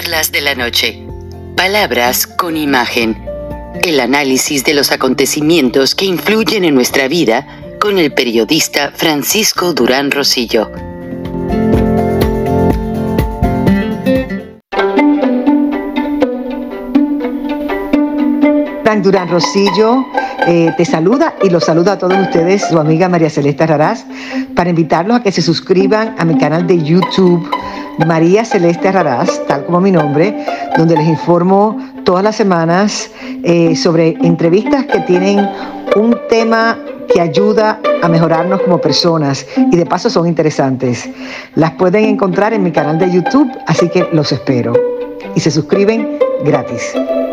Perlas de la Noche. Palabras con imagen. El análisis de los acontecimientos que influyen en nuestra vida con el periodista Francisco Durán Rosillo. Frank Durán Rosillo te saluda y los saluda a todos ustedes, su amiga María Celeste Raraz, para invitarlos a que se suscriban a mi canal de YouTube, María Celeste Raraz, tal como mi nombre, donde les informo todas las semanas sobre entrevistas que tienen un tema que ayuda a mejorarnos como personas y de paso son interesantes. Las pueden encontrar en mi canal de YouTube, así que los espero. Y se suscriben gratis.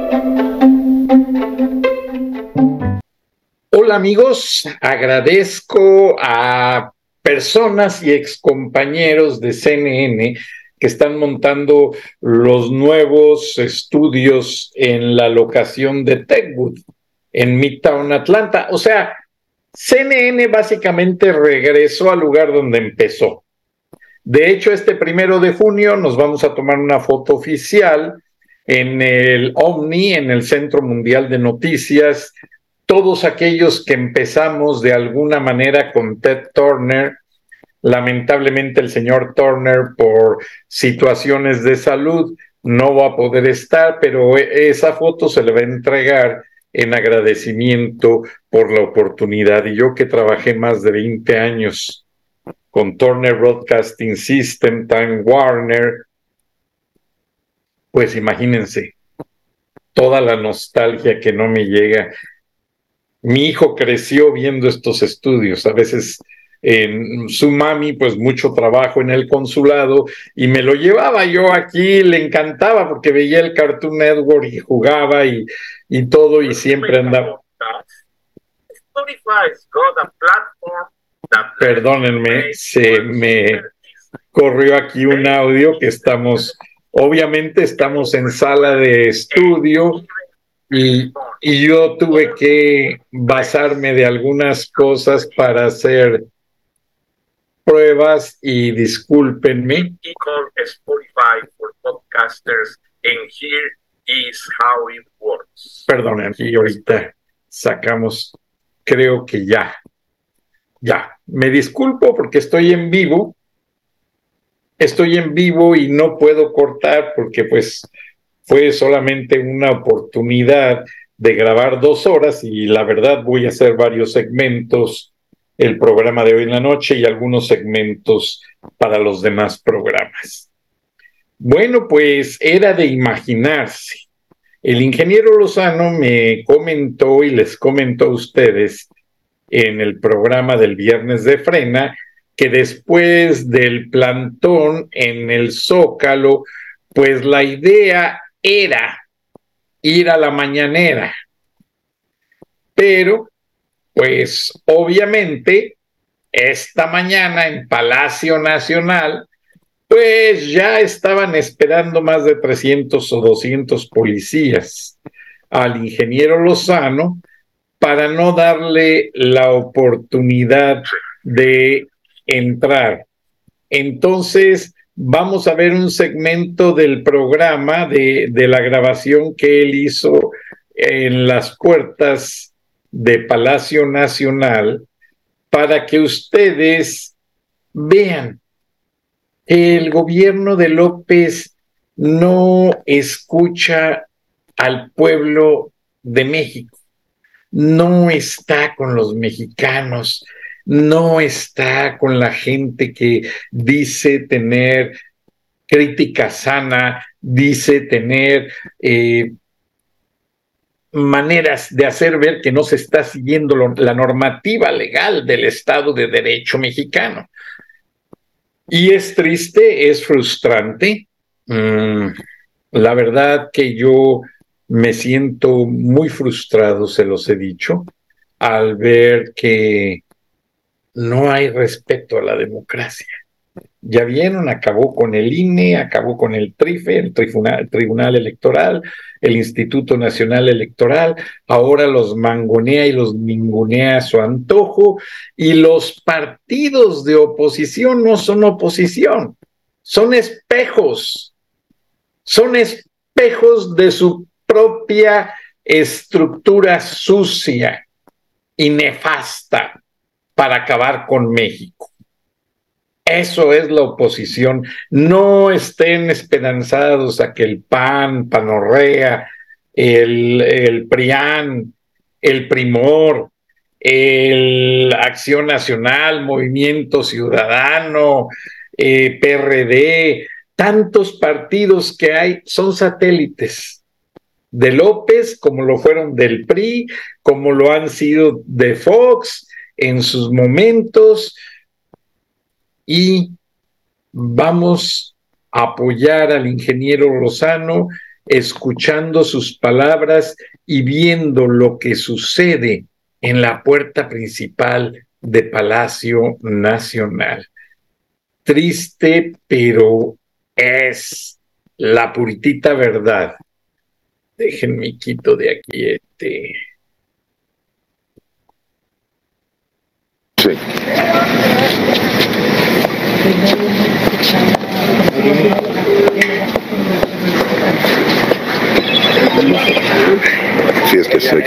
Hola amigos, agradezco a personas y excompañeros de CNN que están montando los nuevos estudios en la locación de Techwood, en Midtown Atlanta. O sea, CNN básicamente regresó al lugar donde empezó. De hecho, este 1 de junio nos vamos a tomar una foto oficial en el Omni, en el Centro Mundial de Noticias. Todos aquellos que empezamos de alguna manera con Ted Turner, lamentablemente el señor Turner por situaciones de salud no va a poder estar, pero esa foto se le va a entregar en agradecimiento por la oportunidad. Y yo que trabajé más de 20 años con Turner Broadcasting System, Time Warner, pues imagínense toda la nostalgia que no me llega. Mi hijo creció viendo estos estudios, a veces en su mami, pues mucho trabajo en el consulado, y me lo llevaba yo aquí, le encantaba porque veía el Cartoon Network y jugaba y todo, y siempre andaba. Perdónenme, se me corrió aquí un audio que obviamente estamos en sala de estudio. Y yo tuve que basarme de algunas cosas para hacer pruebas y discúlpenme. Perdonen, aquí ahorita sacamos, creo que ya. Me disculpo porque estoy en vivo y no puedo cortar porque pues fue solamente una oportunidad de grabar 2 horas y la verdad voy a hacer varios segmentos, el programa de hoy en la noche y algunos segmentos para los demás programas. Bueno, pues era de imaginarse. El ingeniero Lozano me comentó y les comentó a ustedes en el programa del viernes de Frena que después del plantón en el Zócalo, pues la idea era ir a la mañanera, pero pues obviamente esta mañana en Palacio Nacional pues ya estaban esperando más de 300 o 200 policías al ingeniero Lozano para no darle la oportunidad de entrar. Entonces vamos a ver un segmento del programa de la grabación que él hizo en las puertas de Palacio Nacional para que ustedes vean que el gobierno de López no escucha al pueblo de México, no está con los mexicanos, no está con la gente que dice tener crítica sana, dice tener maneras de hacer ver que no se está siguiendo la normativa legal del Estado de Derecho mexicano. Y es triste, es frustrante. La verdad que yo me siento muy frustrado, se los he dicho, al ver que no hay respeto a la democracia. Ya vieron, acabó con el INE, acabó con el TRIFE, el Tribunal Electoral, el Instituto Nacional Electoral, ahora los mangonea y los ningunea a su antojo, y los partidos de oposición no son oposición, son espejos son espejos de su propia estructura sucia y nefasta para acabar con México. Eso es la oposición. No estén esperanzados a que el PAN, Panorrea, el PRIAN, el Primor, el Acción Nacional, Movimiento Ciudadano, PRD, tantos partidos que hay, son satélites de López, como lo fueron del PRI, como lo han sido de Fox en sus momentos, y vamos a apoyar al ingeniero Lozano, escuchando sus palabras y viendo lo que sucede en la puerta principal de Palacio Nacional. Triste, pero es la puritita verdad. Déjenme quito de aquí Sí. Sí, es que sí.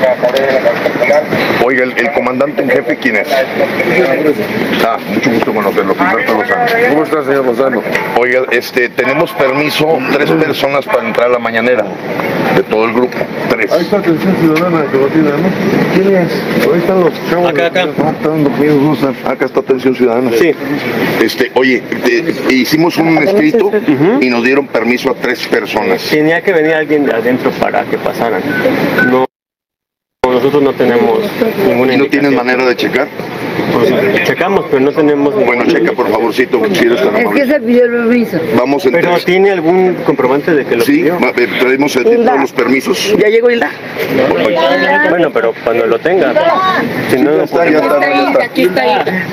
Oiga, el comandante en jefe, ¿quién es? Mucho gusto conocerlo, Gilberto Lozano. ¿Cómo está, señor Lozano? Oiga, tenemos permiso, 3 personas para entrar a la mañanera, de todo el grupo, 3. Ahí está Atención Ciudadana, que lo tiene, ¿no? ¿Quién es? Ahí están los chavos. Acá está Atención Ciudadana. Sí. Oye, hicimos un escrito y nos dieron permiso a 3 personas. Tenía que venir alguien de adentro para que pasaran. No, nosotros no tenemos ninguna ¿Y no tienes manera de checar? Pues, checamos, pero no tenemos... Bueno, checa por favorcito, si eres tan amable. Es que se pidió el permiso. Vamos en ¿Pero 3. tiene algún comprobante de que lo pidió? Sí, traemos todos los permisos. ¿Ya llegó Hilda? Bueno, pero cuando lo tenga. Si no, Ya está. Aquí está Hilda.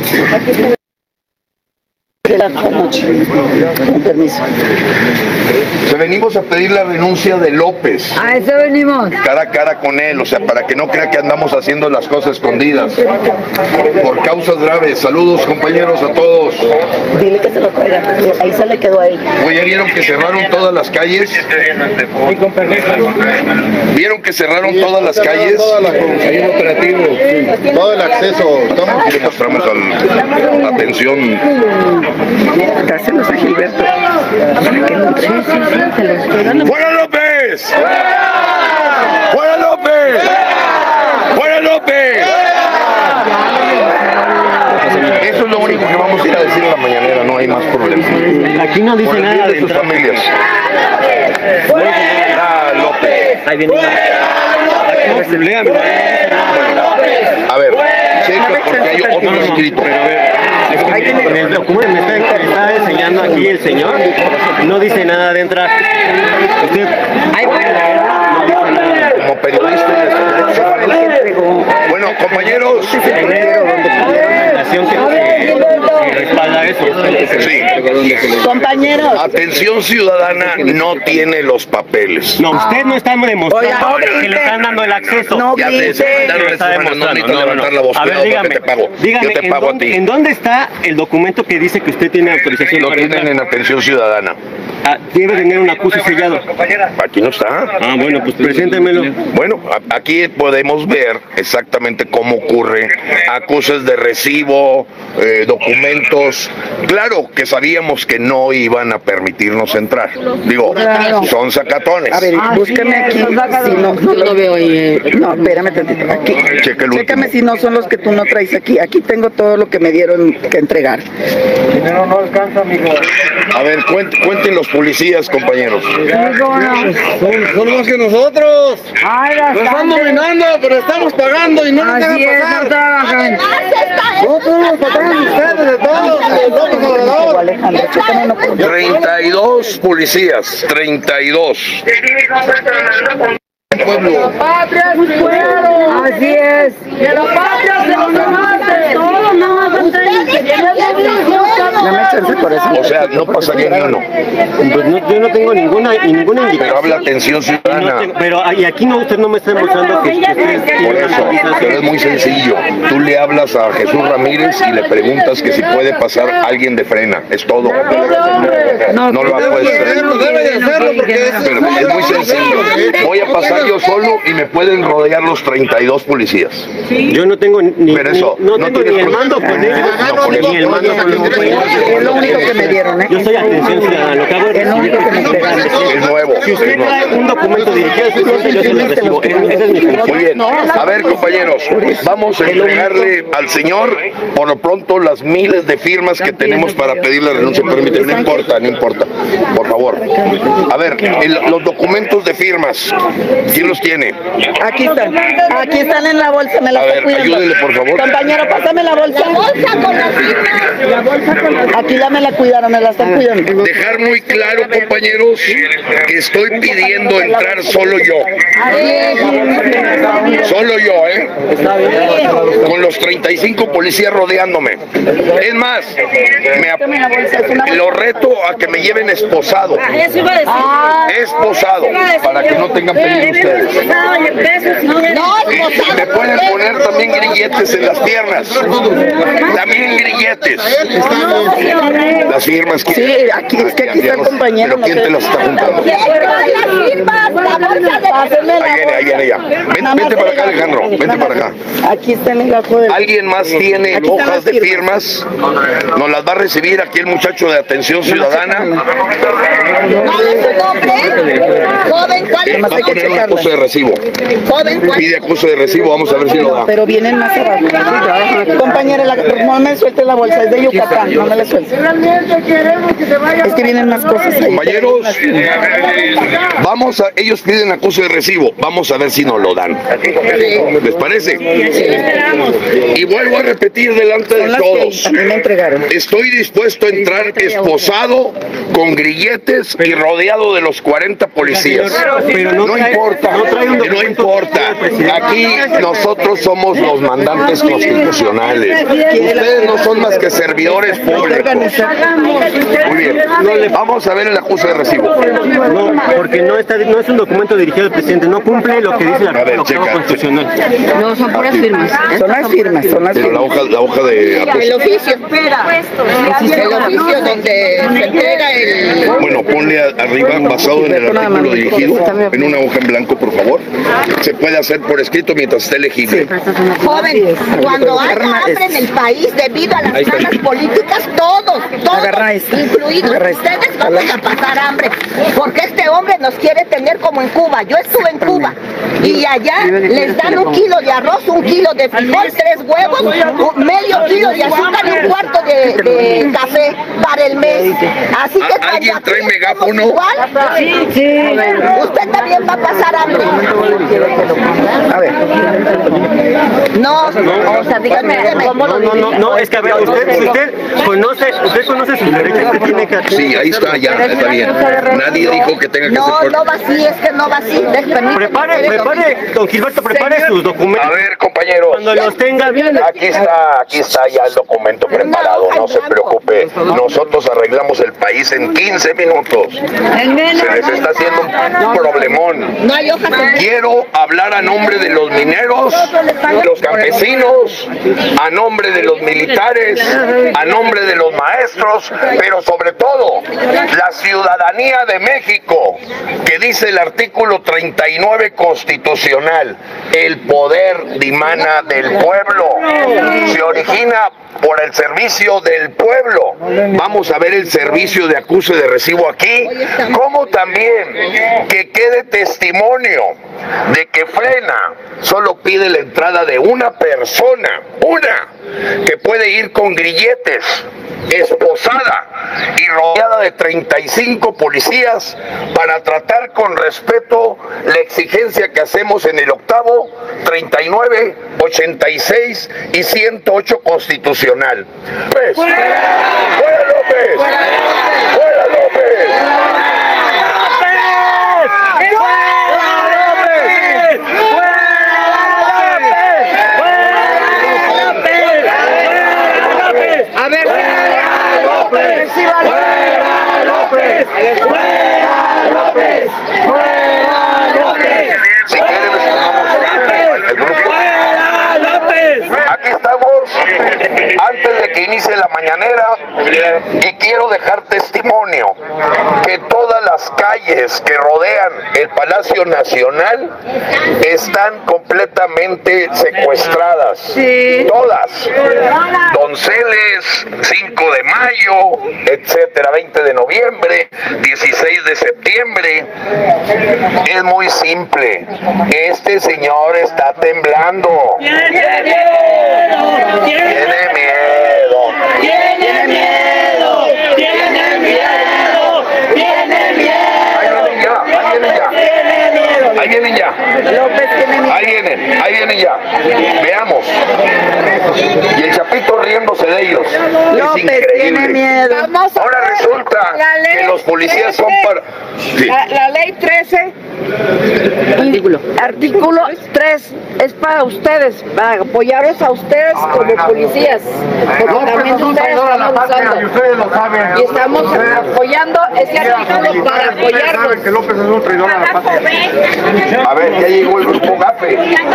Con permiso. Venimos a pedir la renuncia de López. A eso venimos. Cara a cara con él, o sea, para que no crea que andamos haciendo las cosas escondidas. Por causas graves. Saludos, compañeros, a todos. Dile que se lo traiga. Ahí se le quedó a él. Oye, ¿ya vieron que cerraron todas las calles? ¿Vieron que cerraron todas las calles? Hay un operativo, todo el acceso. Aquí le mostramos a atención. Dáselos a Gilberto. Para que no ¡Fuera López! ¡Fuera López! ¡Fuera López! Eso es lo único que vamos a ir a decir en la mañanera, no hay más problemas. aquí no dice nada de sus familias. López. Ahí viene. A ver, checa porque hay otro escrito. En el documento me está enseñando aquí el señor, no dice nada de entrar. Usted como periodista. Bueno, compañeros. que respalda eso. Sí. Compañeros. Atención Ciudadana no tiene los papeles. No, usted no está demostrando que le están dando el acceso. No Ya te mandaron esta semana, no necesitas levantar la voz. A ver, Cuidado, dígame, porque te pago. dígame, Yo te pago a ti. ¿en dónde está el documento que dice que usted tiene autorización Lo para tienen entrar? en Atención Ciudadana. Debe tener un acuse sellado. Aquí no está. Ah, bueno, pues preséntemelo. Bueno, aquí podemos ver exactamente cómo ocurre. Acuses de recibo, documentos. Claro que sabíamos que no iban a permitirnos entrar. Digo, son sacatones. A ver, búscame aquí. Si no lo veo ahí. No, espérame tantito. Aquí. Chécame si no son los que tú no traes aquí. Aquí tengo todo lo que me dieron que entregar. Dinero no alcanza, amigo. A ver, cuenten los policías, compañeros. Son más que nosotros. Nos están dominando, pero estamos pagando y no nos dejan pasar. Nosotros nos pagamos ustedes de todos. 32 policías, 32. Pueblo. Patria es pueblo. Así es. De la patria se nos mate. Todos nos matan. chance por eso. O sea, no pasaría ni uno. Pues no, yo no tengo ninguna invitación. Pero habla atención ciudadana. Pero y aquí no, usted no me está demostrando que ustedes Por eso, pero es muy sencillo. Tú le hablas a Jesús Ramírez y le preguntas que si puede pasar alguien de frena. Es todo. No lo puedes hacer. Debe de hacerlo porque Pero es muy sencillo. Voy a pasar yo solo y me pueden rodear los 32 policías. Yo no tengo ni, Pero eso, no no tengo tienes ni el por- mando con ellos, No, por eso. ni el mando con los compañeros. Es lo único que me dieron, ¿eh? Yo soy atención ciudadana, lo que hago es Es lo único que me entregaron. Es nuevo. Si usted trae un documento dirigido a su cliente, yo se lo recibo. Esa es mi función. Muy bien. A ver, compañeros, vamos a entregarle al señor, por lo pronto, las miles de firmas que tenemos para pedir la renuncia. Permíteme, no importa, no importa. Por favor. A ver, los documentos de firmas, ¿quién los tiene? Aquí están en la bolsa, me la A está ver, cuidando. ayúdenle, por favor. Compañero, pásame la bolsa. La bolsa con la firma. Aquí ya me la cuidaron, me la están cuidando. Dejar muy claro, compañeros, que estoy pidiendo entrar solo yo. Solo yo, ¿eh? Con los 35 policías rodeándome. Es más, lo reto a que me lleven esposado. Esposado, para que no tengan peligro ustedes. Me pueden poner también grilletes en las piernas. También grilletes. Las firmas que... Sí, aquí es que aquí está el compañero. ¿Pero quién te las está juntando? Ahí viene ya. Vente para acá, Alejandro. Vente para acá. Aquí está el gajo de... ¿Alguien más tiene Aquí están hojas las de firmas? Nos las va a recibir aquí el muchacho de Atención Ciudadana. Joven, ¿cuál es? Va a poner un acuso de recibo. Pide acuso de recibo, vamos a ver si lo da. Pero vienen más abajo. Compañera, no me suelte la bolsa, es de Yucatán, no me la suelte. Es que vienen más cosas ahí. Compañeros, ellos piden acuso de recibo, vamos a ver si nos lo dan. ¿Les parece? Y vuelvo a repetir delante de todos. A mí me entregaron. Estoy dispuesto a entrar esposado, con grilletes y rodeado de los 40 policías. Pero No importa, no importa. Aquí nosotros somos los mandantes constitucionales. Ustedes no son más que servidores públicos. Muy bien. Vamos a ver el acuso de recibo. No, porque no es un documento dirigido al presidente, no cumple lo que dice la octavo constitucional. No, son puras firmas. Son las firmas, Pero la hoja de el oficio. El oficio donde se entrega el... Bueno, ponle arriba, basado en el artículo dirigido, en una hoja en blanco, por favor. Se puede hacer por escrito mientras esté legible. Joven, cuando haya hambre en el país debido a las malas políticas, todos, incluidos ustedes, vamos a pasar hambre. Porque este hombre nos quiere tener como en Cuba. Yo estuve en Cuba y allá les dan 1 kilo de arroz, 1 kilo de frijol, 3 huevos, medio kilo de azúcar y 1/4 de café para el mes. Así que ¿Alguien trae megáfono? igual, usted también va a pasar hambre. A ver. No, o sea, dígame. No, es que a ver, usted conoce sus derechos, usted tiene que... Sí, ahí está, ya, está bien. Nadie dijo que tenga que ser... No va así, es que no va así. Prepare, don Gilberto, prepare sus documentos. A ver, compañeros. Cuando los tenga bien... Aquí está ya el documento preparado, no se preocupe. Nosotros arreglamos el país en 15 minutos. Se les está haciendo un problemón. No hay hojas. Quiero hablar a nombre de los mineros, los campesinos, a nombre de los militares, a nombre de los maestros, pero sobre todo la ciudadanía de México, que dice el artículo 39 constitucional, el poder dimana del pueblo, se origina por el servicio del pueblo. Vamos a ver el servicio de acuse de recibo aquí, como también que quede testimonio de que Frena solo pide la entrada de una persona, que puede ir con grilletes, esposada y rodeada de 35 policías para tratar con respeto la exigencia que hacemos en el octavo, 39, 86 y 108 constitucional. Pues, ¡fuera López! ¡Fuera López! López! ¡Fuera López! ¡Fuera López! ¡Fuera López! Si quieren, les tomamos el grupo. ¡Fuera López! Aquí estamos, antes de que inicie la mañanera, y quiero dejar testimonio que todas las calles que rodean el Palacio Nacional están completamente secuestradas. Sí. Todas. Donceles, 5 de mayo, etcétera, 20 de noviembre, 16 de septiembre. Es muy simple. Este señor está temblando. ¡Tiene miedo! Tiene miedo. ¡Tiene miedo! ¡Tiene miedo! ¡Tiene miedo! Ahí vienen ya. López tiene miedo. Ahí vienen ya. Veamos. Y el Chapito riéndose de ellos. Es López tiene increíble. miedo. Ahora resulta que los policías son para... Sí. La ley 13, artículo 3, es para ustedes, para apoyarlos a ustedes como policías, porque también ustedes están abusando. Y ustedes lo saben. Y estamos apoyando ese artículo para apoyarlos. Que López es un traidor a la patria. A ver, ya llegó el grupo GAFE.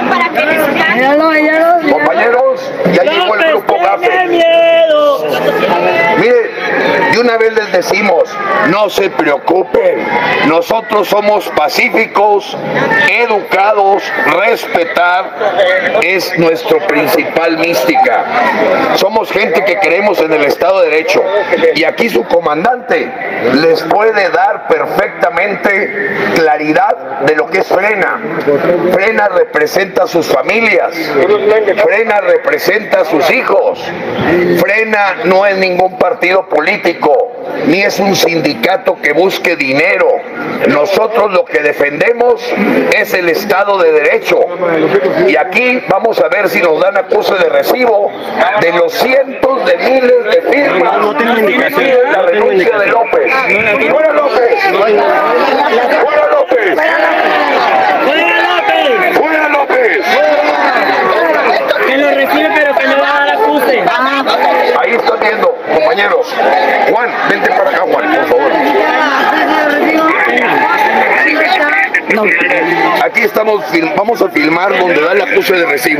Compañeros, ya llegó el grupo GAFE. Miren, de una vez les decimos, no se preocupen, nosotros somos pacíficos, educados, respetar es nuestro principal mística. Somos gente que creemos en el Estado de Derecho, y aquí su comandante les puede dar perfectamente claridad de lo que es Frena. Frena representa a sus familias, Frena representa a sus hijos. Frena no es ningún partido político, ni es un sindicato que busque dinero. Nosotros lo que defendemos es el Estado de Derecho. Y aquí vamos a ver si nos dan acuse de recibo de los cientos de miles de firmas que piden la renuncia de López. ¡Fuera López! ¡Fuera López! ¡Fuera López! Que lo recibe, pero que no va a dar acuse. Ahí estoy viendo, compañeros. Juan, vente para acá, Juan, por favor. Aquí estamos, vamos a filmar donde da el acuse de recibo.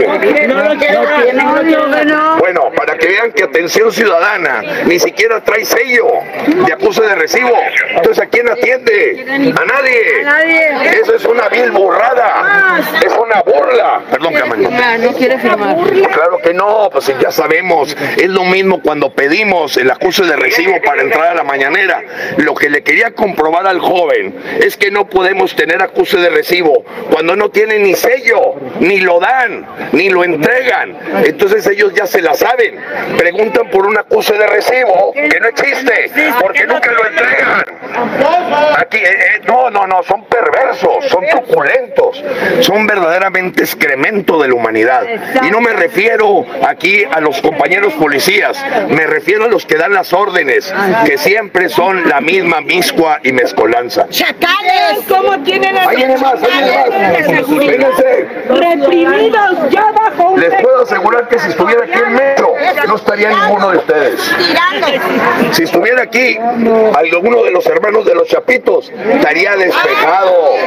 Bueno, para que vean que atención ciudadana ni siquiera trae sello de acuse de recibo. Entonces, ¿a quién atiende? A nadie. Eso es una vil burrada. Es una burla. Perdón, Camaño. No quiere firmar. Claro que no, pues ya sabemos. Es lo mismo cuando pedimos el acuse de recibo para entrar a la mañanera. Lo que le quería comprobar al joven es que no podemos tener acuse de recibo cuando no tienen ni sello, ni lo dan, ni lo entregan. Entonces ellos ya se la saben. Preguntan por un acuse de recibo que no existe, porque nunca lo entregan. Aquí, no, son perversos, son truculentos, son verdaderamente excremento de la humanidad. Y no me refiero aquí a los compañeros policías, me refiero a los que dan las órdenes, que siempre son la misma miscua y mezcolanza. ¡Chacales! ¿Cómo tienen Ahí viene más, vénganse. reprimidos ya bajo Les puedo asegurar que si estuviera aquí en metro, no estaría ninguno de ustedes. Si estuviera aquí alguno de los hermanos de los Chapitos, estaría despejado.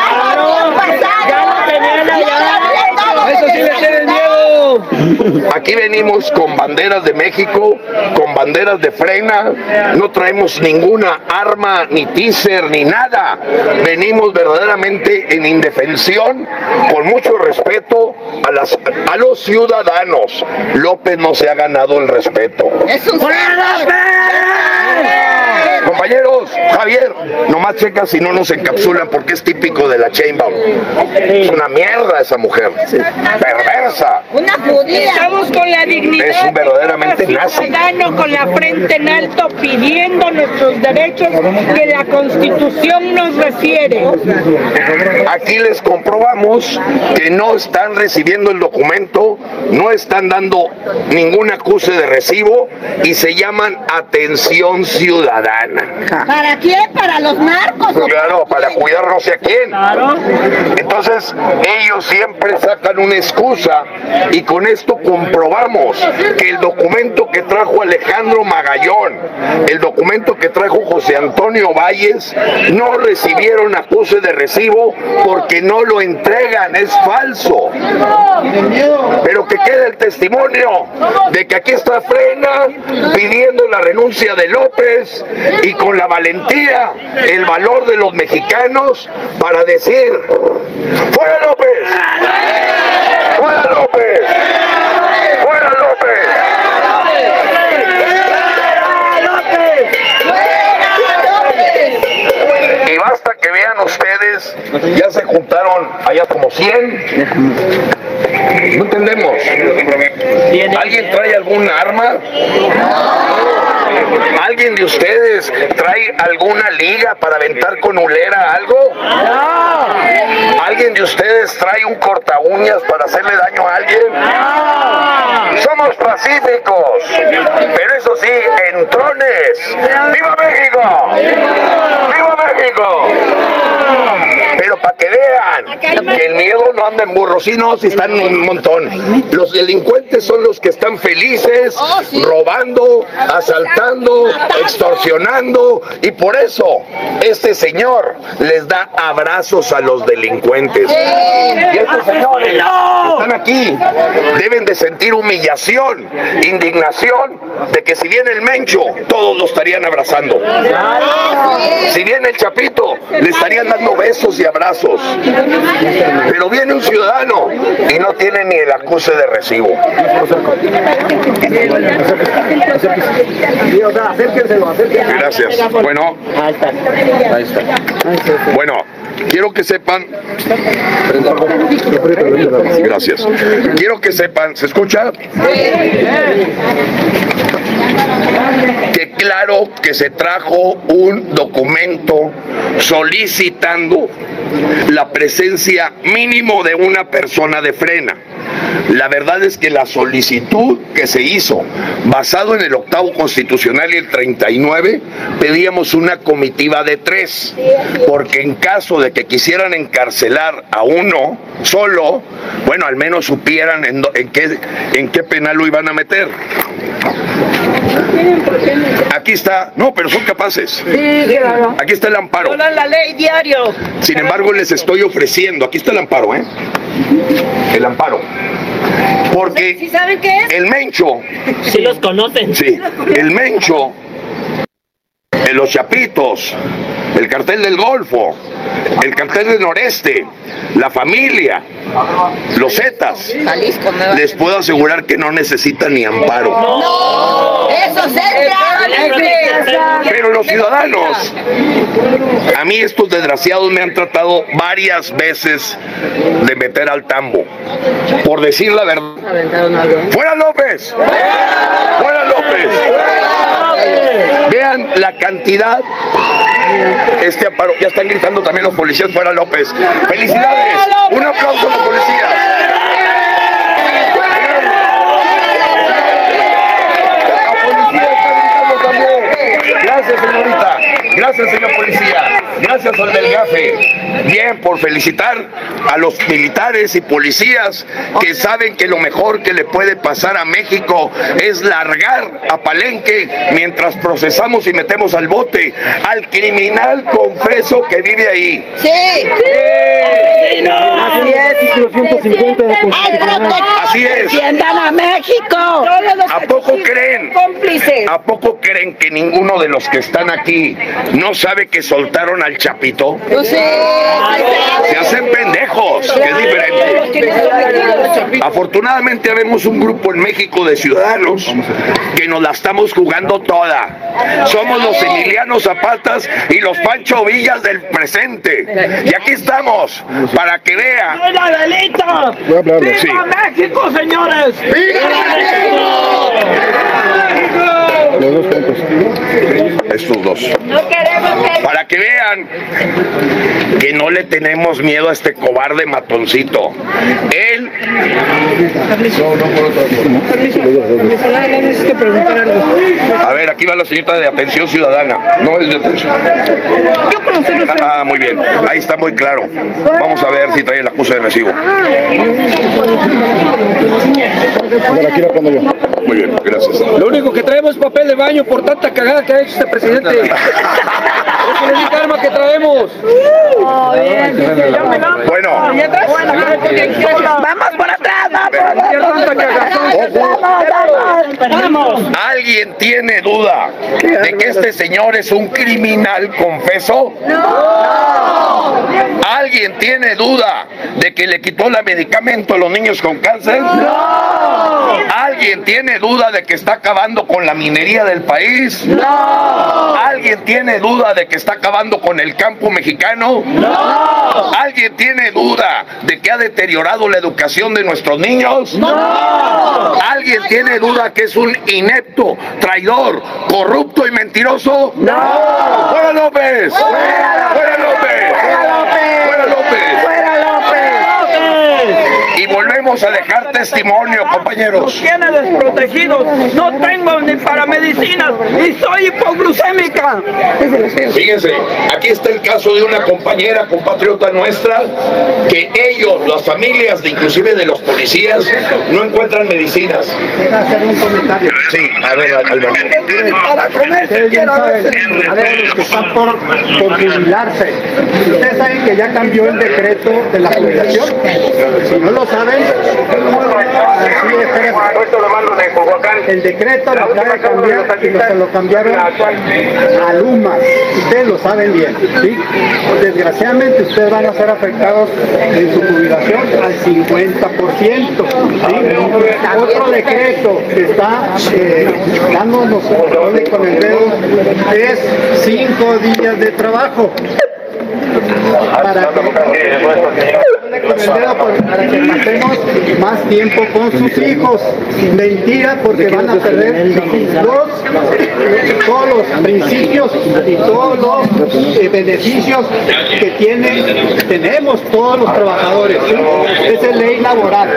¡Eso sí le tienen miedo! Aquí venimos con banderas de México, con banderas de Frena, no traemos ninguna arma, ni teaser, ni nada. Venimos verdaderamente en indefensión, con mucho respeto a los ciudadanos. López no se ha ganado el respeto. Compañeros, Javier, nomás checa si no nos encapsulan, porque es típico de la Sheinbaum. Es una mierda esa mujer, perversa. Una judía. Estamos con la dignidad Es verdaderamente de cada ciudadano, con la frente en alto, pidiendo nuestros derechos que la Constitución nos refiere. Aquí les comprobamos que no están recibiendo el documento, no están dando ningún acuse de recibo y se llaman atención ciudadana. ¿Para quién? ¿Para los narcos? Claro, para cuidar no sé a quién. Entonces, ellos siempre sacan una excusa prueba y con esto comprobamos que el documento que trajo Alejandro Magallón, el documento que trajo José Antonio Valles, no recibieron acuse de recibo porque no lo entregan, es falso. Pero que quede el testimonio de que aquí está Frena pidiendo la renuncia de López y con la valentía, el valor de los mexicanos para decir: ¡fuera López! ¡Fuera López! ¡Fuera López! Y basta que vean ustedes, ya se juntaron allá como 100. No entendemos. ¿Alguien trae algún arma? ¿Alguien de ustedes trae alguna liga para aventar con ulera algo? No. ¿Alguien de ustedes trae un corta uñas para hacerle daño a alguien? No. Somos pacíficos, pero eso sí, entrones. ¡Viva México! ¡Viva México! Pero para que vean que el miedo no anda en burro, sí, no, si están un montón. Los delincuentes son los que están felices, robando, asaltando, extorsionando, y por eso este señor les da abrazos a los delincuentes. Y estos señores que están aquí deben de sentir humillación, indignación de que si viene el Mencho, todos lo estarían abrazando. Si viene el Chapito, le estarían dando besos y abrazos. Pero viene un ciudadano y no tiene ni el acuse de recibo. Gracias. Bueno, ahí está. Bueno, quiero que sepan. Gracias. Quiero que sepan, ¿se escucha? Que claro que se trajo un documento solicitando la presencia mínimo de una persona de Frena. La verdad es que la solicitud que se hizo, basado en el 8º constitucional y el 39, pedíamos una comitiva de 3, porque en caso de que quisieran encarcelar a uno solo, bueno, al menos supieran en qué penal lo iban a meter. Aquí está, no, pero son capaces. Sí, claro. Aquí está el amparo. Violan la ley diario. Sin embargo, les estoy ofreciendo, aquí está el amparo, el amparo. Porque ¿Sí saben qué es? El Mencho. Sí los conocen. Sí, el Mencho, los Chapitos, el cartel del Golfo, el cartel del Noreste, la familia, los Zetas, les puedo asegurar que no necesitan ni amparo. ¡No! ¡Eso se Pero los ciudadanos, a mí estos desgraciados me han tratado varias veces de meter al tambo, por decir la verdad. ¡Fuera López! ¡Fuera López! Vean la cantidad. Este amparo, ya están gritando también los policías, fuera López. ¡Felicidades! ¡Un aplauso a los policías! La policía está gritando también. Gracias, señorita. Gracias, señor policía. Gracias al del GAFE. Bien, por felicitar a los militares y policías que saben que lo mejor que le puede pasar a México es largar a Palenque mientras procesamos y metemos al bote al criminal confeso que vive ahí. ¡Sí! ¡Sí! No. Así es, los 150 de Así es. ¡Defiendan a México! ¿A poco creen? Cómplices. ¿A poco creen que ninguno de los que están aquí no sabe que soltaron al Chapito? Pues sí. Se hacen pendejos, que es diferente. Afortunadamente vemos un grupo en México de ciudadanos que nos la estamos jugando toda. Somos los Emiliano Zapatas y los Pancho Villas del presente. Y aquí estamos, para que vean. ¡Viva delito! ¡Viva México, señores! ¡Viva México! Estos dos. No queremos que... Para para que vean que no le tenemos miedo a este cobarde matoncito. Él... A ver, aquí va la señorita de Atención Ciudadana. No es de atención. Ah, muy bien. Ahí está muy claro. Vamos a ver si trae el acuse de recibo. Aquí lo pongo yo. Muy bien, gracias. Lo único que traemos es papel de baño por tanta cagada que ha hecho este presidente. Es la única arma que traemos. Bueno. Vamos por atrás, vamos. ¿Alguien tiene duda de que este señor es un criminal confeso? ¡No! ¿Alguien tiene duda de que le quitó el medicamento a los niños con cáncer? ¡No! ¿Alguien tiene duda de que está acabando con la minería del país? ¡No! ¿Alguien tiene duda de que está acabando con el campo mexicano? ¡No! ¿Alguien tiene duda de que ha deteriorado la educación de nuestros niños? ¡No! ¿Alguien tiene duda que es un inepto, traidor, corrupto y mentiroso? ¡No! ¡Fuera López! ¡Fuera López! ¡Fuera López! ¡Fuera López! Y volvemos a dejar testimonio, compañeros. Nos tiene desprotegidos. No tengo ni para medicinas y soy hipoglucémica. Fíjense, aquí está el caso de una compañera compatriota nuestra que ellos, las familias, inclusive de los policías, no encuentran medicinas. Sí, a ver, Alberto. Para comer, quiero a ver los que están por jubilarse. Ustedes saben que ya cambió el decreto de la jubilación. Si no lo saben, el decreto lo acaba de cambiar y se lo cambiaron a Lumas. Ustedes lo saben bien, ¿sí? Desgraciadamente ustedes van a ser afectados en su jubilación al 50%, ¿sí? Otro decreto que está dándonos con el dedo es 5 días de trabajo. Para que pasemos más tiempo con sus hijos. Mentira, porque van a perder todos los principios y todos los beneficios que tenemos todos los trabajadores, ¿sí? Esa es ley laboral.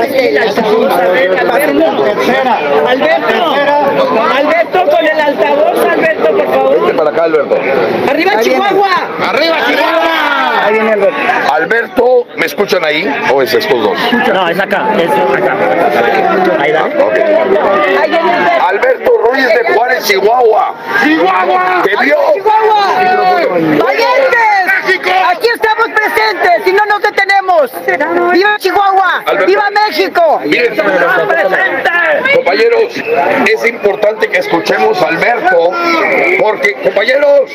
Tercera. Alberto, con el altavoz, Alberto, por favor. Vete para acá, Alberto. ¡Arriba Chihuahua! ¡Arriba Chihuahua! Ahí viene Alberto. Alberto, ¿me escuchan ahí o es estos dos? No, es acá, Ahí da. Okay. Alberto Ruiz de Juárez, Chihuahua. ¡Chihuahua! ¿Qué vio? ¡Chihuahua! ¡Valientes! Aquí estamos presentes y no nos detenemos. ¡Viva Chihuahua! Alberto. ¡Viva México! Miren, compañeros, es importante que escuchemos a Alberto, porque, compañeros,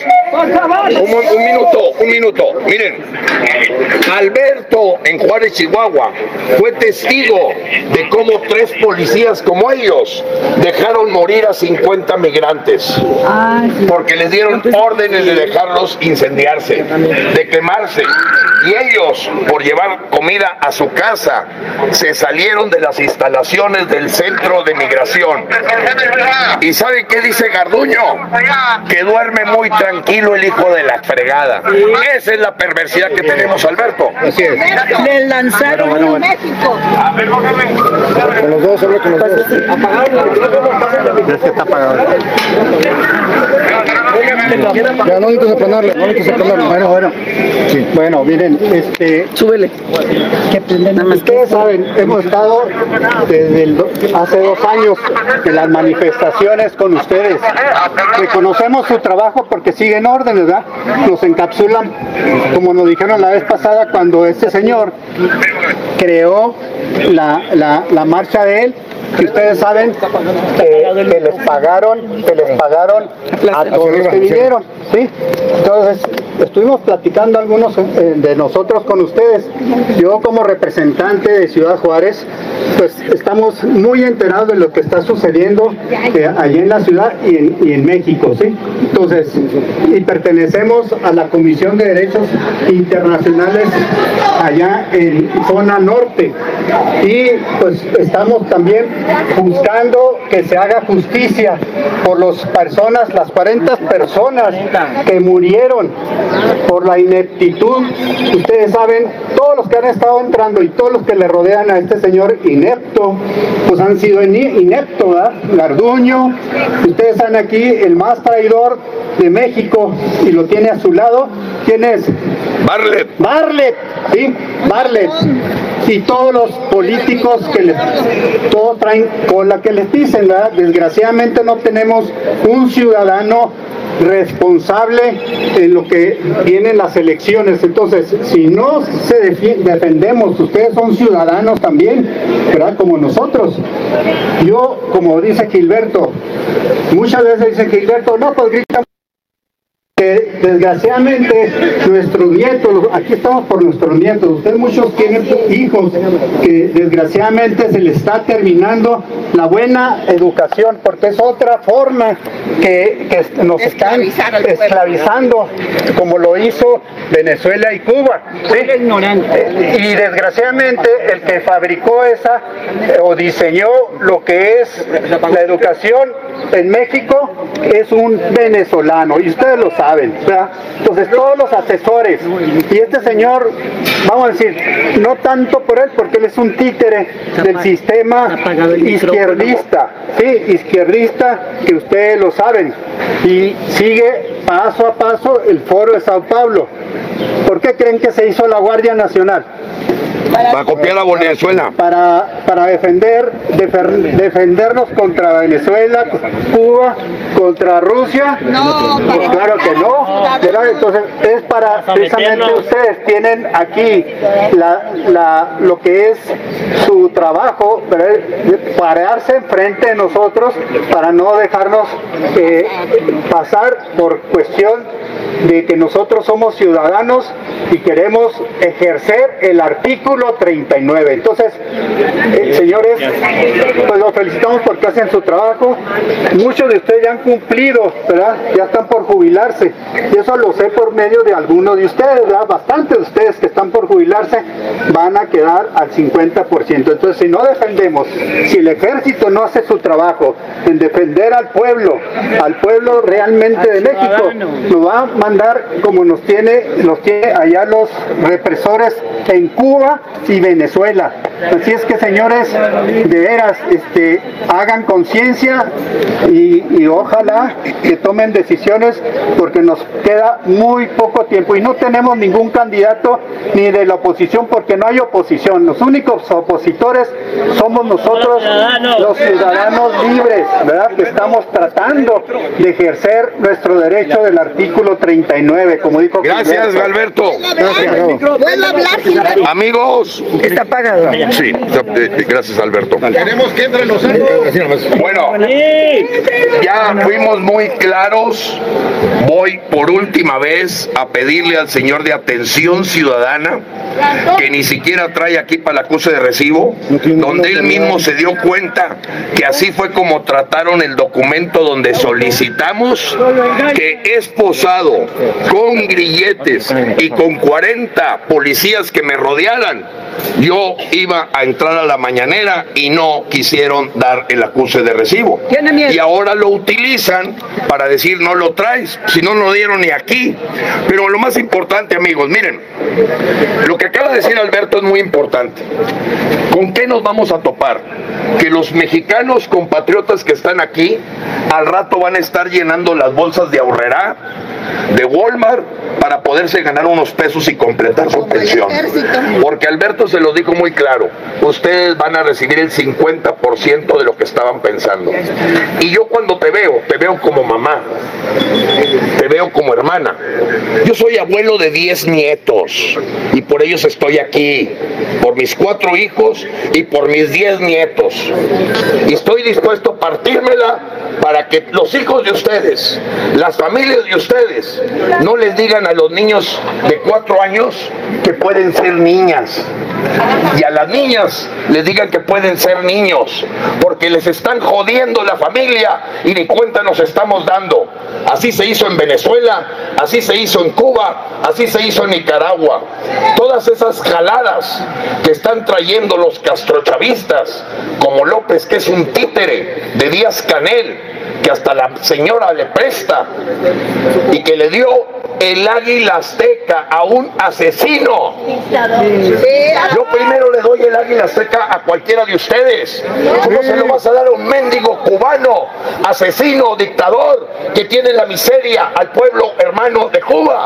un minuto, miren, Alberto en Juárez, Chihuahua, fue testigo de cómo 3 policías como ellos dejaron morir a 50 migrantes, porque les dieron órdenes de dejarlos incendiarse, de quemarse, y ellos, por llevar comida a su casa, se salieron de las instalaciones del centro de migración. ¿Y saben qué dice Garduño? Que duerme muy tranquilo el hijo de la fregada. Esa es la perversidad que tenemos, Alberto. Así es. Le lanzaron en México. Con los dos, hablo con los dos. Es que está apagado. Ya no necesitas aplanarle, Bueno. Sí. Bueno, miren, súbele. Ustedes saben, hemos estado desde hace 2 años en las manifestaciones con ustedes. Reconocemos su trabajo porque siguen órdenes, ¿verdad? Nos encapsulan, como nos dijeron la vez pasada cuando este señor creó la marcha de él, que ustedes saben que les pagaron a todos los que vinieron, ¿sí? Entonces, estuvimos platicando algunos de nosotros con ustedes. Yo como representante de Ciudad Juárez, pues estamos muy enterados de lo que está sucediendo allí en la ciudad y en México, ¿sí? Entonces, y pertenecemos a la Comisión de Derechos Internacionales allá en zona norte, y pues estamos también buscando que se haga justicia por las 40 personas que murieron por la ineptitud. Ustedes saben, todos los que han estado entrando y todos los que le rodean a este señor inepto, pues han sido ineptos, ¿verdad? Garduño, ustedes saben aquí, el más traidor de México, y lo tiene a su lado. ¿Quién es? Bartlett, ¿sí? Bartlett. Y todos los políticos que todos traen cola que les dicen, ¿verdad? Desgraciadamente no tenemos un ciudadano responsable en lo que vienen las elecciones. Entonces, si no defendemos, ustedes son ciudadanos también, ¿verdad? Como nosotros. Yo, como dice Gilberto, muchas veces dice Gilberto, no, pues grita. Que desgraciadamente nuestros nietos, aquí estamos por nuestros nietos, ustedes muchos tienen hijos que desgraciadamente se les está terminando la buena educación, porque es otra forma que nos están esclavizando, como lo hizo Venezuela y Cuba, ¿sí? Y desgraciadamente el que fabricó esa o diseñó lo que es la educación en México es un venezolano, y ustedes lo saben, ¿verdad? Entonces todos los asesores, y este señor, vamos a decir, no tanto por él, porque él es un títere del sistema izquierdista, sí, izquierdista, que ustedes lo saben, y sigue paso a paso el Foro de Sao Paulo. ¿Por qué creen que se hizo la Guardia Nacional? Para copiar a Venezuela. Para defendernos contra Venezuela, Cuba, contra Rusia. No, pues claro que no. ¿Verdad? Entonces es para, precisamente ustedes tienen aquí lo que es su trabajo, ¿verdad? Pararse enfrente de nosotros para no dejarnos pasar por cuestión de que nosotros somos ciudadanos y queremos ejercer el artículo 39. Entonces, señores, pues los felicitamos porque hacen su trabajo. Muchos de ustedes ya han cumplido, ¿verdad? Ya están por jubilarse. Y eso lo sé por medio de algunos de ustedes, ¿verdad? Bastantes de ustedes que están por jubilarse van a quedar al 50%. Entonces, si no defendemos, si el ejército no hace su trabajo en defender al pueblo realmente de México, nos va a mandar como nos tiene allá los represores en Cuba y Venezuela. Así es que, señores, de veras, hagan conciencia y ojalá que tomen decisiones, porque nos queda muy poco tiempo y no tenemos ningún candidato ni de la oposición, porque no hay oposición. Los únicos opositores somos nosotros, los ciudadanos libres, ¿verdad? Que estamos tratando de ejercer nuestro derecho del artículo 39, como dijo. Gracias, Alberto. Amigos. Está apagado. Sí, gracias, Alberto. Queremos que entre nosotros. Bueno, ya fuimos muy claros. Voy por última vez a pedirle al señor de Atención Ciudadana, que ni siquiera trae aquí para el acuse de recibo, donde él mismo se dio cuenta que así fue como trataron el documento donde solicitamos que esposado con grilletes y con 40 policías que me rodearan, yo iba a entrar a la mañanera y no quisieron dar el acuse de recibo. Y ahora lo utilizan para decir no lo traes, si no lo dieron ni aquí. Pero lo más importante, amigos, miren, lo que acaba de decir Alberto es muy importante. ¿Con qué nos vamos a topar? Que los mexicanos compatriotas que están aquí al rato van a estar llenando las bolsas de Aurrerá, de Walmart, para poderse ganar unos pesos y completar su pensión. Porque Alberto se lo dijo muy claro, ustedes van a recibir el 50% de lo que estaban pensando. Y yo cuando te veo como mamá, te veo como hermana. Yo soy abuelo de 10 nietos y por ellos estoy aquí, por mis 4 hijos y por mis 10 nietos. Y estoy dispuesto a partírmela para que los hijos de ustedes, las familias de ustedes, no les digan a los niños de 4 años que pueden ser niñas. Y a las niñas les digan que pueden ser niños, porque les están jodiendo la familia y ni cuenta nos estamos dando. Así se hizo en Venezuela, así se hizo en Cuba, así se hizo en Nicaragua. Todas esas jaladas que están trayendo los castrochavistas, como López, que es un títere de Díaz-Canel, que hasta la señora le presta y que le dio el águila azteca a un asesino. Yo primero le doy el águila azteca a cualquiera de ustedes. ¿Cómo se lo vas a dar a un mendigo cubano, asesino, dictador, que tiene la miseria al pueblo hermano de Cuba?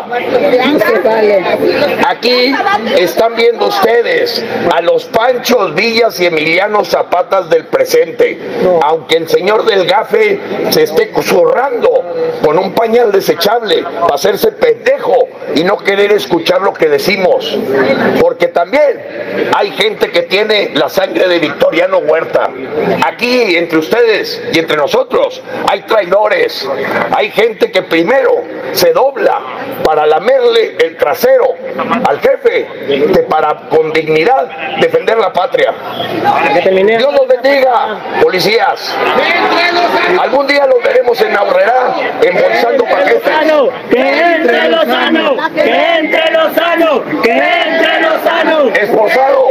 Aquí están viendo ustedes a los Panchos Villas y Emiliano Zapatas del presente. Aunque el señor del gafe se esté zurrando con un pañal desechable para hacerse pendejo y no querer escuchar lo que decimos, porque también hay gente que tiene la sangre de Victoriano Huerta. Aquí entre ustedes y entre nosotros hay traidores, hay gente que primero se dobla para lamerle el trasero al jefe que para con dignidad defender la patria. Dios los bendiga, policías. Algún día los veremos en Aurrerá embolsando paquetes. ¡Que entre Lozano! ¡Que entre Lozano! ¡Que entre Lozano! Esposado,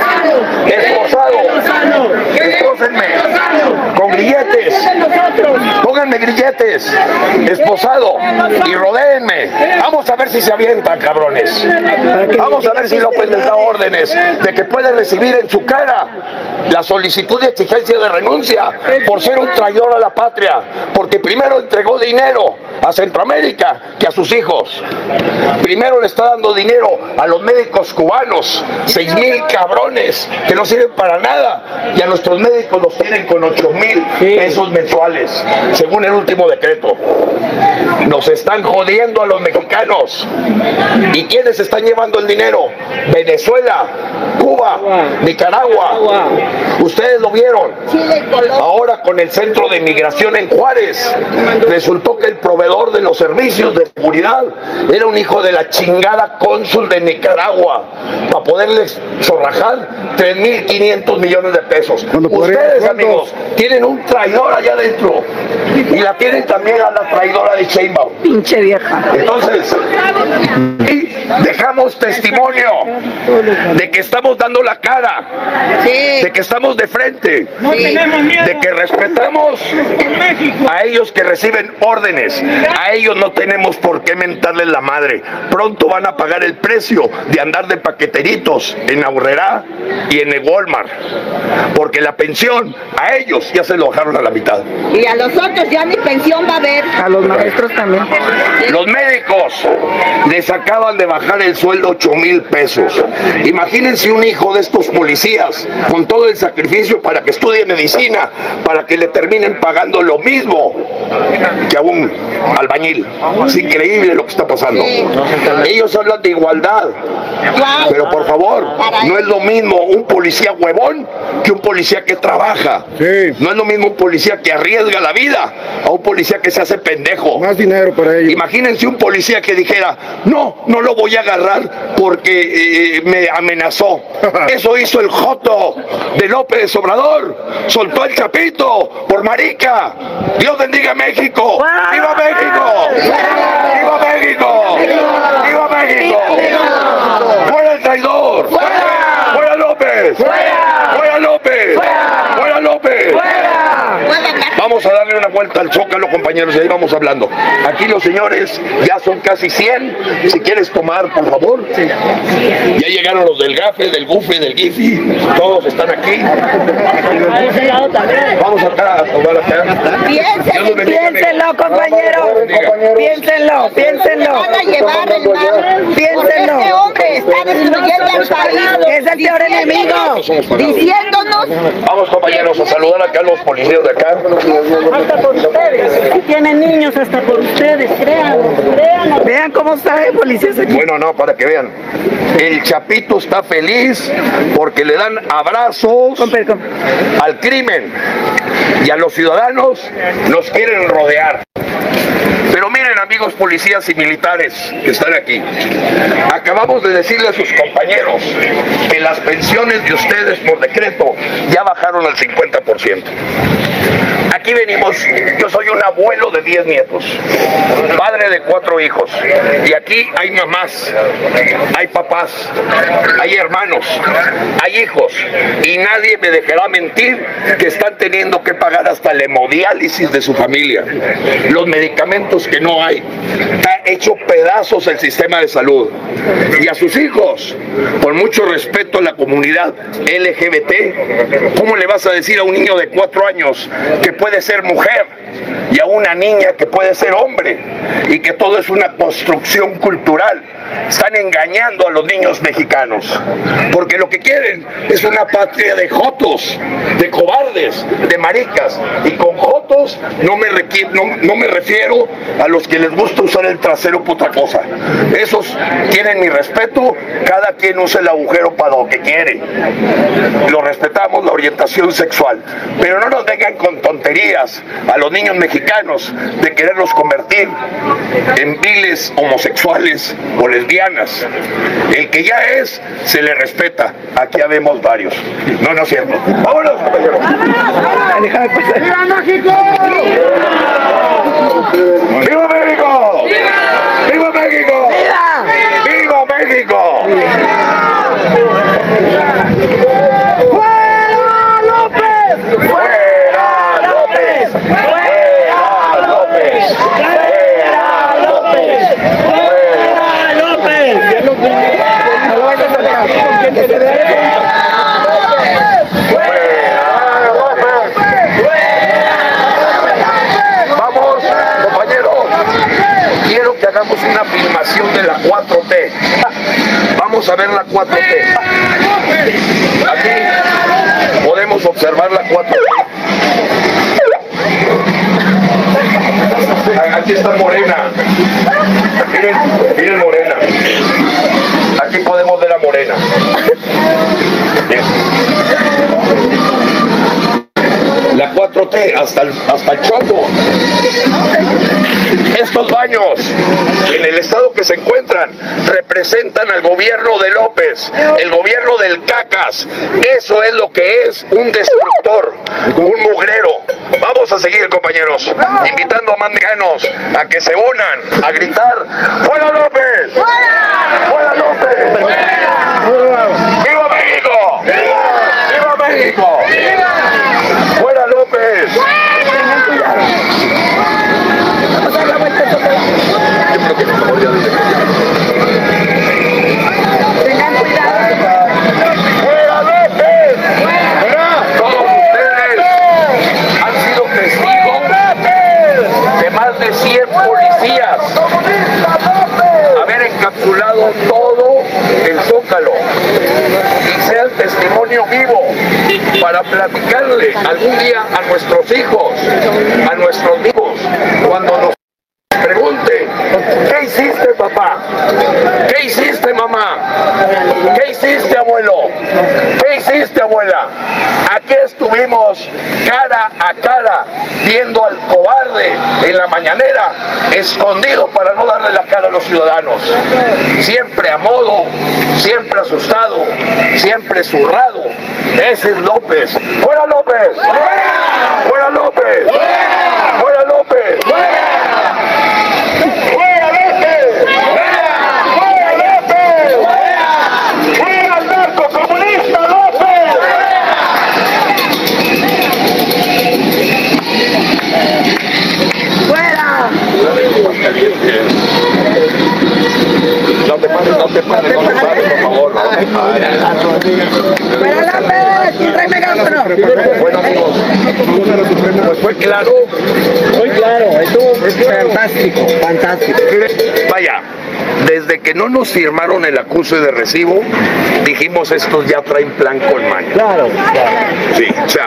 destrócenme con grilletes, pónganme grilletes, esposado, y rodéenme. Vamos a ver si se avientan, cabrones. Vamos a ver si López les da órdenes de que pueden recibir en su cara la solicitud de exigencia de renuncia por ser un traidor a la patria, porque primero entregó dinero a Centroamérica que a sus hijos. Primero le está dando dinero a los médicos cubanos, 6,000 cabrones que no sirven para nada, y a nuestros médicos los tienen con 8,000 pesos mensuales, según el último decreto. Nos están jodiendo a los mexicanos. ¿Y quiénes están llevando el dinero? Venezuela, Cuba, Nicaragua. Ustedes lo vieron. Ahora con el centro de migración en Juárez, resultó que el proveedor de los servicios de seguridad era un hijo de la chingada cónsul de Nicaragua, para poderles zorrajar 3,500 millones de pesos. Ustedes, amigos, tienen un traidor allá adentro, y la tienen también a la traidora de Sheinbaum. Pinche vieja. Entonces, dejamos testimonio de que estamos dando la cara, de que estamos de frente, de que respetamos a ellos que reciben órdenes. A ellos no tenemos por qué mentarles la madre. Pronto van a pagar el precio de andar de paqueteritos en Aurrerá y en el Walmart, porque la pensión a ellos ya se lo bajaron a la mitad. Y a los otros ya ni pensión va a haber. A los maestros también. Los médicos les acaban de bajar el sueldo 8,000 pesos. Imagínense un hijo de estos policías con todo el sacrificio para que estudie medicina, para que le terminen pagando lo mismo que a un albañil. Es increíble lo que está pasando. Ellos hablan de igualdad, pero por favor, no es lo mismo un policía huevón que un policía que trabaja. No es lo mismo un policía que arriesga la vida a un policía que se hace pendejo. Más dinero para ellos. Imagínense un policía que dijera, no lo voy a agarrar porque me amenazó. Eso hizo el joto de López Obrador. Soltó el chapito por marica. Dios bendiga México. ¡Viva México! ¡Viva México! ¡Viva México! ¡Fuera el traidor! ¡Fuera López! ¡Fuera López! ¡Fuera López! Vamos a darle una vuelta al Zócalo, compañeros, y ahí vamos hablando. Aquí los señores ya son casi 100. Si quieres tomar, por favor. Ya llegaron los del GAFE, del GUFE, del GIFI. Todos están aquí. Vamos acá a tomar acá. Piénsenlo, compañero. Piénsenlo. Van a llevar el mar. Piénsenlo. Este hombre está destruyendo gobierna el país. Es el peor enemigo. Diciéndonos. Vamos, compañeros, a saludar acá a los policías de acá. Hasta por ustedes. Si tienen niños, hasta por ustedes, créanlo. Vean cómo saben policías aquí. Bueno, no, para que vean. El Chapito está feliz porque le dan abrazos al crimen y a los ciudadanos nos quieren rodear. Pero miren, amigos policías y militares que están aquí, acabamos de decirle a sus compañeros que las pensiones de ustedes por decreto ya bajaron al 50%. Aquí venimos, yo soy un abuelo de 10 nietos, padre de 4 hijos, y aquí hay mamás, hay papás, hay hermanos, hay hijos, y nadie me dejará mentir que están teniendo que pagar hasta la hemodiálisis de su familia, los medicamentos que no hay. Ha hecho pedazos el sistema de salud. Y a sus hijos, con mucho respeto a la comunidad LGBT, ¿cómo le vas a decir a un niño de 4 años que puede ser mujer y a una niña que puede ser hombre y que todo es una construcción cultural? Están engañando a los niños mexicanos porque lo que quieren es una patria de jotos, de cobardes, de maricas, y con jotos no me refiero a los que les gusta usar el trasero por otra cosa. Esos tienen mi respeto, cada quien usa el agujero para lo que quiere, lo respetamos, la orientación sexual, pero no nos vengan con tonterías a los niños mexicanos de quererlos convertir en viles homosexuales o lesbianas. El que ya es, se le respeta. Aquí habemos varios. No, no es cierto. ¡Vámonos, compañeros! ¡Viva México! ¡Viva México! ¡Viva México! ¡Viva México! ¡Fuera López! ¡Fuera López! ¡Fuera López! ¡Fuera López! ¡Fuera López! Vamos, compañeros, quiero que hagamos una filmación de la 4T. Vamos a ver la 4T. Aquí podemos observar la 4T. Aquí está Morena. Miren, miren Morena. Aquí podemos ver a Morena. La 4T hasta el chopo. Estos baños en el estado que se encuentran representan al gobierno de López, el gobierno del cacas. Eso es lo que es un destructor, un mugrero. Vamos a seguir, compañeros, invitando a más mexicanos a que se unan a gritar: ¡Fuera López! ¡Fuera! ¡Fuera López! ¡Fuera! ¡Viva México! ¡Viva México! ¡Fuera López! Tengan cuidado. ¡Fuera López! Todos ustedes han sido testigos de más de 100 policías haber encapsulado todo el Zócalo, y sea el testimonio vivo para platicarle algún día a nuestros hijos, a nuestros hijos, cuando nos pregunte: ¿qué hiciste, papá? ¿Qué hiciste, mamá? ¿Qué hiciste, abuelo? ¿Qué hiciste, abuela? Aquí estuvimos cara a cara viendo al cobarde en la mañanera, escondido para no darle la cara a los ciudadanos. Siempre a modo, siempre asustado, siempre zurrado. Ese es López. ¡Fuera López! ¡Fuera López! ¡Fuera López! No te pares, no te pares, por favor, no te pares. Bueno, amigos, pues fue claro. Muy claro, estuvo fantástico, fantástico. Vaya, desde que no nos firmaron el acuse de recibo, dijimos estos ya traen plan con maña. Claro. Sí, o sea,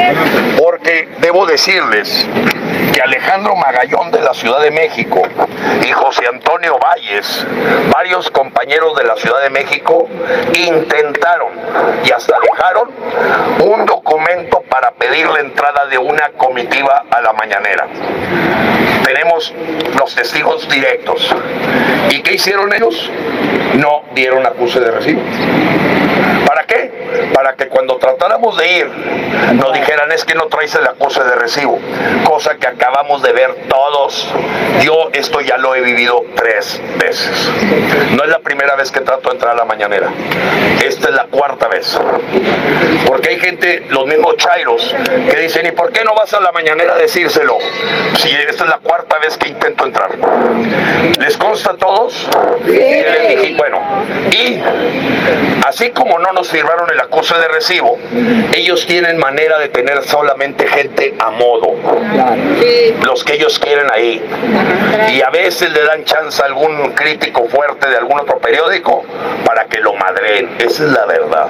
porque debo decirles que Alejandro Magallón de la Ciudad de México y José Antonio Valles, varios compañeros de la Ciudad de México, intentaron y hasta dejaron un documento para pedir la entrada de una comitiva a la mañanera. Tenemos los testigos directos. ¿Y qué hicieron ellos? No dieron acuse de recibo. ¿Para qué? Para que cuando tratáramos de ir nos dijeran es que no traes el acuse de recibo, cosa que acabamos de ver todos. Yo esto ya lo he vivido 3 veces. No es la primera vez que trato de entrar a la mañanera, esta es la 4ª vez, porque hay gente, los mismos chairos, que dicen ¿y por qué no vas a la mañanera a decírselo? Si esta es la 4ª vez que intento entrar. ¿Les consta a todos? Sí. Les dije, bueno, y así como no nos firmaron el acuse de recibo, ellos tienen manera de tener solamente gente a modo, los que ellos quieren ahí, y a veces le dan chance a algún crítico fuerte de algún otro periódico para que lo madreen. Esa es la verdad.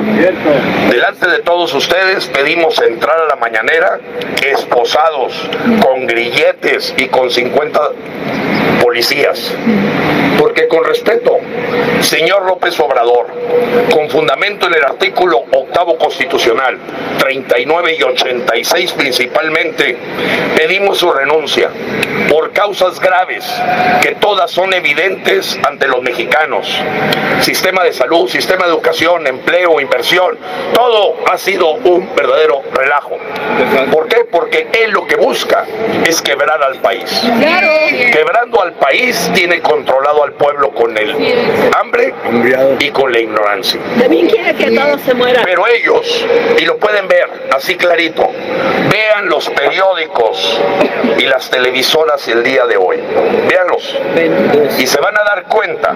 Delante de todos ustedes pedimos entrar a la mañanera esposados con grilletes y con 50 policías, porque con respeto, señor López Obrador, con fundamento en el artículo 8º constitucional, 39 y 86 principalmente, pedimos su renuncia por causas graves que todas son evidentes ante los mexicanos. Sistema de salud, sistema de educación, empleo, inversión, todo ha sido un verdadero relajo. ¿Por qué? Porque él lo que busca es quebrar al país. Quebrando al país tiene controlado al pueblo con el hambre y con la ignorancia. También quiere que todos se mueran. Pero ellos, y lo pueden ver así clarito, vean los periódicos y las televisoras el día de hoy, véanlos, y se van a dar cuenta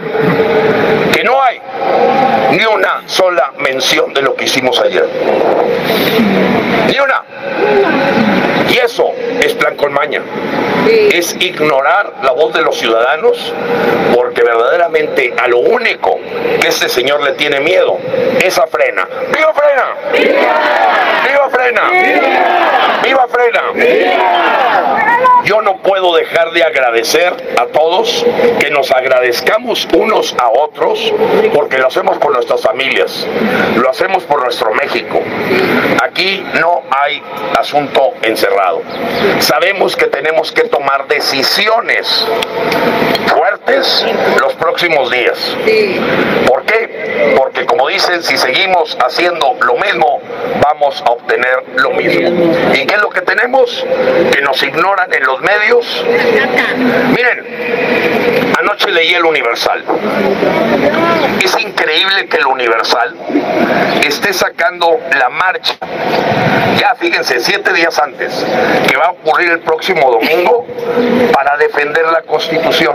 que no hay ni una sola mención de lo que hicimos ayer, ni una. Y eso es plan con maña, es ignorar la voz de los ciudadanos, porque verdaderamente a lo único que este señor le tiene miedo es a Frena. ¡Viva Frena! ¡Viva Frena! ¡Viva Frena! Yo no puedo dejar de agradecer a todos, que nos agradezcamos unos a otros, porque lo hacemos por nuestras familias, lo hacemos por nuestro México. Aquí no hay asunto encerrado. Sabemos que tenemos que tomar decisiones fuertes los próximos días. ¿Por qué? Porque como dicen, si seguimos haciendo lo mismo, vamos a obtener lo mismo. ¿Y qué es lo que tenemos? Que nos ignoran en los medios. Miren, anoche leí el Universal. Es increíble que el Universal esté sacando la marcha, ya fíjense, 7 días antes, que va a ocurrir el próximo domingo, para defender la Constitución.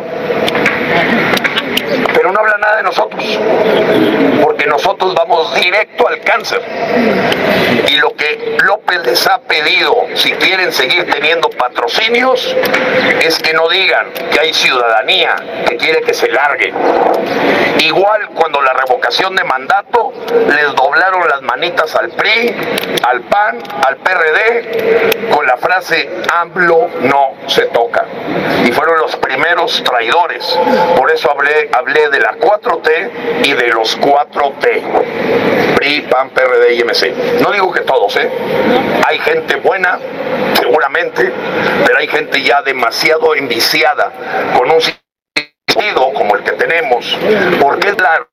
Pero no habla nada de nosotros, porque nosotros vamos directo al cáncer. Y lo que López les ha pedido, si quieren seguir teniendo patrocinios, es que no digan que hay ciudadanía que quiere que se largue. Igual cuando la revocación de mandato les doblaron las manitas al PRI, al PAN, al PRD, con la frase AMLO no se toca. Y fueron los primeros traidores. Por eso hablé de la 4T y de los 4T. PRI, PAN, PRD y MC. No digo que todos, hay gente buena, seguramente, pero hay gente ya demasiado enviciada con un sentido como el que tenemos, porque es claro,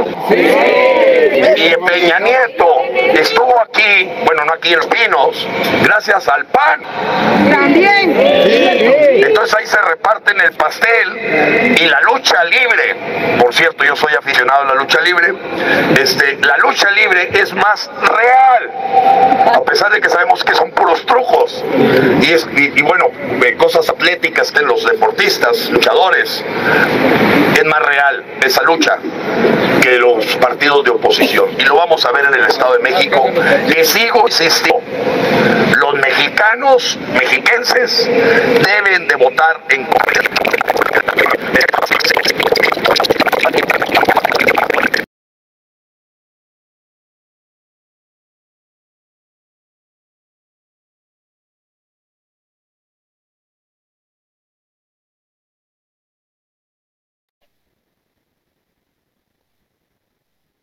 y Peña Nieto estuvo aquí, bueno, no aquí en Los Pinos, gracias al PAN. También. Entonces ahí se reparten el pastel y la lucha libre. Por cierto, yo soy aficionado a la lucha libre. La lucha libre es más real, a pesar de que sabemos que son puros trucos. Y bueno, cosas atléticas que los deportistas, luchadores, es más real esa lucha que los partidos de oposición. Y lo vamos a ver en el Estado de México. Les sigo insistiendo, los mexicanos, mexiquenses, deben de votar en contra.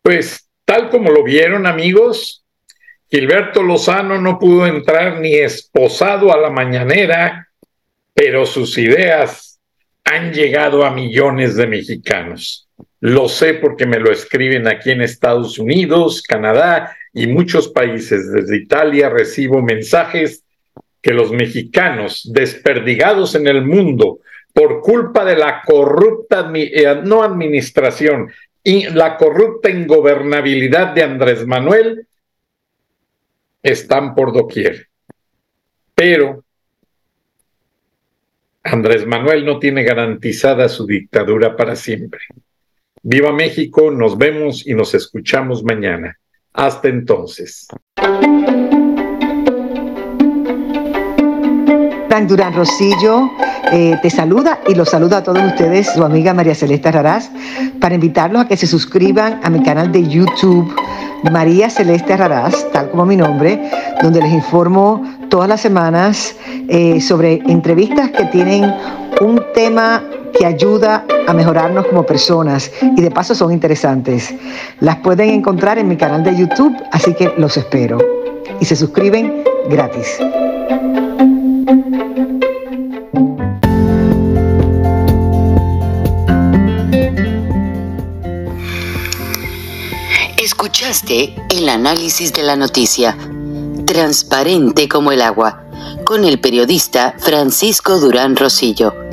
Pues tal como lo vieron, amigos, Gilberto Lozano no pudo entrar ni esposado a la mañanera, pero sus ideas han llegado a millones de mexicanos. Lo sé porque me lo escriben aquí en Estados Unidos, Canadá y muchos países. Desde Italia recibo mensajes que los mexicanos desperdigados en el mundo por culpa de la corrupta, no administración, y la corrupta ingobernabilidad de Andrés Manuel, están por doquier. Pero Andrés Manuel no tiene garantizada su dictadura para siempre. Viva México, nos vemos y nos escuchamos mañana. Hasta entonces. Durán Rosillo te saluda y los saluda a todos ustedes, su amiga María Celeste Raraz, para invitarlos a que se suscriban a mi canal de YouTube, María Celeste Raraz, tal como mi nombre, donde les informo todas las semanas sobre entrevistas que tienen un tema que ayuda a mejorarnos como personas y de paso son interesantes. Las pueden encontrar en mi canal de YouTube, así que los espero. Y se suscriben gratis. Escuchaste el análisis de la noticia, transparente como el agua, con el periodista Francisco Durán Rosillo.